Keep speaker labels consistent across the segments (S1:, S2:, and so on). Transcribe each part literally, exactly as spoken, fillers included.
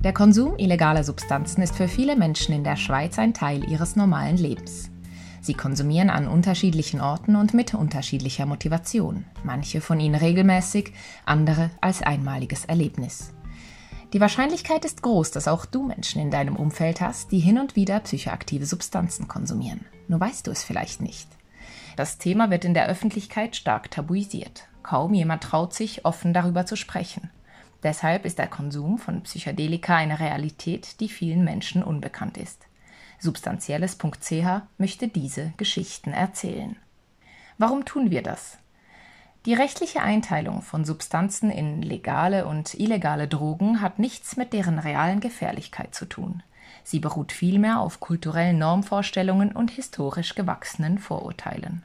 S1: Der Konsum illegaler Substanzen ist für viele Menschen in der Schweiz ein Teil ihres normalen Lebens. Sie konsumieren an unterschiedlichen Orten und mit unterschiedlicher Motivation, manche von ihnen regelmäßig, andere als einmaliges Erlebnis. Die Wahrscheinlichkeit ist groß, dass auch du Menschen in deinem Umfeld hast, die hin und wieder psychoaktive Substanzen konsumieren. Nur weißt du es vielleicht nicht. Das Thema wird in der Öffentlichkeit stark tabuisiert. Kaum jemand traut sich, offen darüber zu sprechen. Deshalb ist der Konsum von Psychedelika eine Realität, die vielen Menschen unbekannt ist. Substantielles Punkt c h möchte diese Geschichten erzählen. Warum tun wir das? Die rechtliche Einteilung von Substanzen in legale und illegale Drogen hat nichts mit deren realen Gefährlichkeit zu tun. Sie beruht vielmehr auf kulturellen Normvorstellungen und historisch gewachsenen Vorurteilen.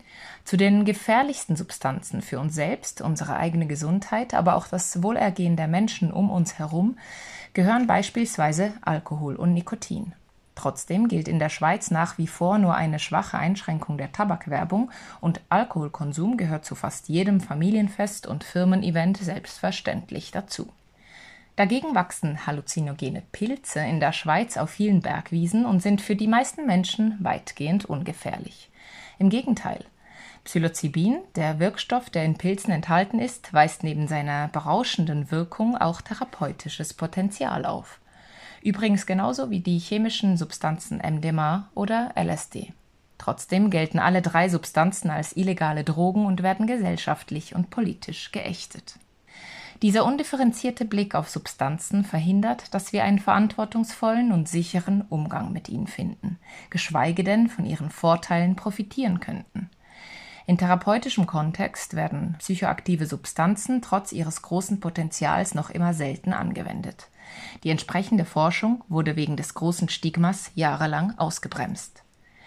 S1: Zu den gefährlichsten Substanzen für uns selbst, unsere eigene Gesundheit, aber auch das Wohlergehen der Menschen um uns herum gehören beispielsweise Alkohol und Nikotin. Trotzdem gilt in der Schweiz nach wie vor nur eine schwache Einschränkung der Tabakwerbung und Alkoholkonsum gehört zu fast jedem Familienfest und Firmen-Event selbstverständlich dazu. Dagegen wachsen halluzinogene Pilze in der Schweiz auf vielen Bergwiesen und sind für die meisten Menschen weitgehend ungefährlich. Im Gegenteil. Psilocybin, der Wirkstoff, der in Pilzen enthalten ist, weist neben seiner berauschenden Wirkung auch therapeutisches Potenzial auf. Übrigens genauso wie die chemischen Substanzen M D M A oder L S D. Trotzdem gelten alle drei Substanzen als illegale Drogen und werden gesellschaftlich und politisch geächtet. Dieser undifferenzierte Blick auf Substanzen verhindert, dass wir einen verantwortungsvollen und sicheren Umgang mit ihnen finden, geschweige denn von ihren Vorteilen profitieren könnten. In therapeutischem Kontext werden psychoaktive Substanzen trotz ihres großen Potenzials noch immer selten angewendet. Die entsprechende Forschung wurde wegen des großen Stigmas jahrelang ausgebremst.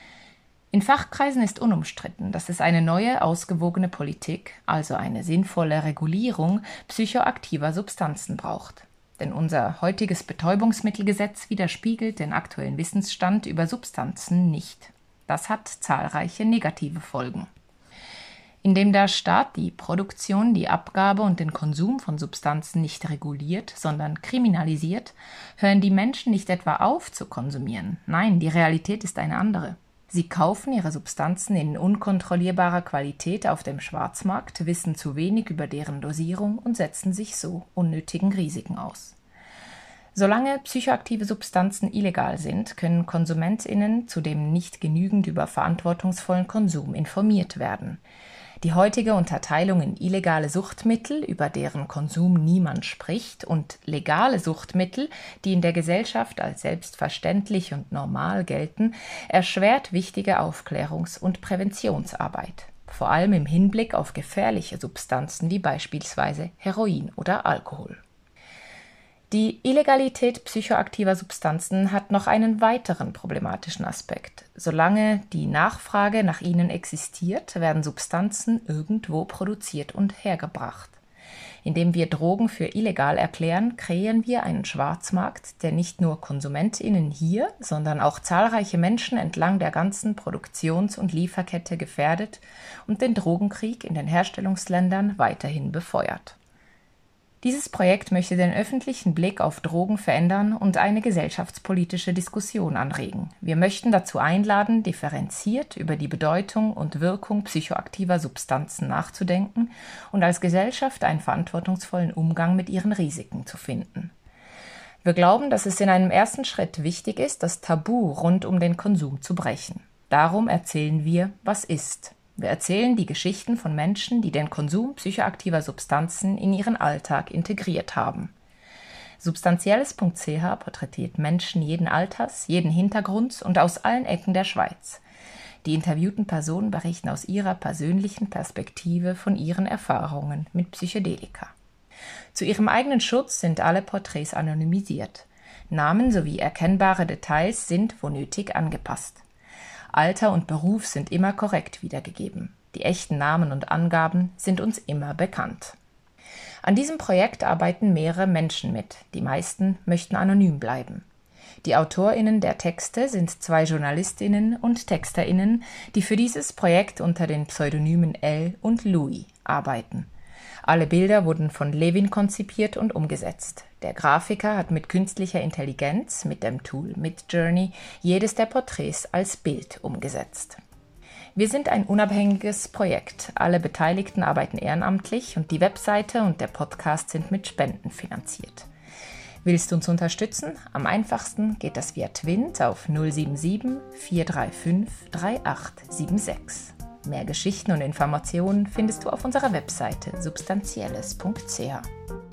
S1: In Fachkreisen ist unumstritten, dass es eine neue, ausgewogene Politik, also eine sinnvolle Regulierung psychoaktiver Substanzen braucht. Denn unser heutiges Betäubungsmittelgesetz widerspiegelt den aktuellen Wissensstand über Substanzen nicht. Das hat zahlreiche negative Folgen. Indem der Staat die Produktion, die Abgabe und den Konsum von Substanzen nicht reguliert, sondern kriminalisiert, hören die Menschen nicht etwa auf zu konsumieren. Nein, die Realität ist eine andere. Sie kaufen ihre Substanzen in unkontrollierbarer Qualität auf dem Schwarzmarkt, wissen zu wenig über deren Dosierung und setzen sich so unnötigen Risiken aus. Solange psychoaktive Substanzen illegal sind, können KonsumentInnen zudem nicht genügend über verantwortungsvollen Konsum informiert werden. Die heutige Unterteilung in illegale Suchtmittel, über deren Konsum niemand spricht, und legale Suchtmittel, die in der Gesellschaft als selbstverständlich und normal gelten, erschwert wichtige Aufklärungs- und Präventionsarbeit, vor allem im Hinblick auf gefährliche Substanzen wie beispielsweise Heroin oder Alkohol. Die Illegalität psychoaktiver Substanzen hat noch einen weiteren problematischen Aspekt. Solange die Nachfrage nach ihnen existiert, werden Substanzen irgendwo produziert und hergebracht. Indem wir Drogen für illegal erklären, kreieren wir einen Schwarzmarkt, der nicht nur KonsumentInnen hier, sondern auch zahlreiche Menschen entlang der ganzen Produktions- und Lieferkette gefährdet und den Drogenkrieg in den Herstellungsländern weiterhin befeuert. Dieses Projekt möchte den öffentlichen Blick auf Drogen verändern und eine gesellschaftspolitische Diskussion anregen. Wir möchten dazu einladen, differenziert über die Bedeutung und Wirkung psychoaktiver Substanzen nachzudenken und als Gesellschaft einen verantwortungsvollen Umgang mit ihren Risiken zu finden. Wir glauben, dass es in einem ersten Schritt wichtig ist, das Tabu rund um den Konsum zu brechen. Darum erzählen wir, was ist. Wir erzählen die Geschichten von Menschen, die den Konsum psychoaktiver Substanzen in ihren Alltag integriert haben. Substantielles Punkt c h porträtiert Menschen jeden Alters, jeden Hintergrunds und aus allen Ecken der Schweiz. Die interviewten Personen berichten aus ihrer persönlichen Perspektive von ihren Erfahrungen mit Psychedelika. Zu ihrem eigenen Schutz sind alle Porträts anonymisiert. Namen sowie erkennbare Details sind, wo nötig, angepasst. Alter und Beruf sind immer korrekt wiedergegeben. Die echten Namen und Angaben sind uns immer bekannt. An diesem Projekt arbeiten mehrere Menschen mit. Die meisten möchten anonym bleiben. Die AutorInnen der Texte sind zwei JournalistInnen und TexterInnen, die für dieses Projekt unter den Pseudonymen Elle und Louis arbeiten. Alle Bilder wurden von Levin konzipiert und umgesetzt. Der Grafiker hat mit künstlicher Intelligenz, mit dem Tool Midjourney, jedes der Porträts als Bild umgesetzt. Wir sind ein unabhängiges Projekt. Alle Beteiligten arbeiten ehrenamtlich und die Webseite und der Podcast sind mit Spenden finanziert. Willst du uns unterstützen? Am einfachsten geht das via Twint auf null sieben sieben, vier drei fünf, drei acht sieben sechs. Mehr Geschichten und Informationen findest du auf unserer Webseite substantielles punkt c h.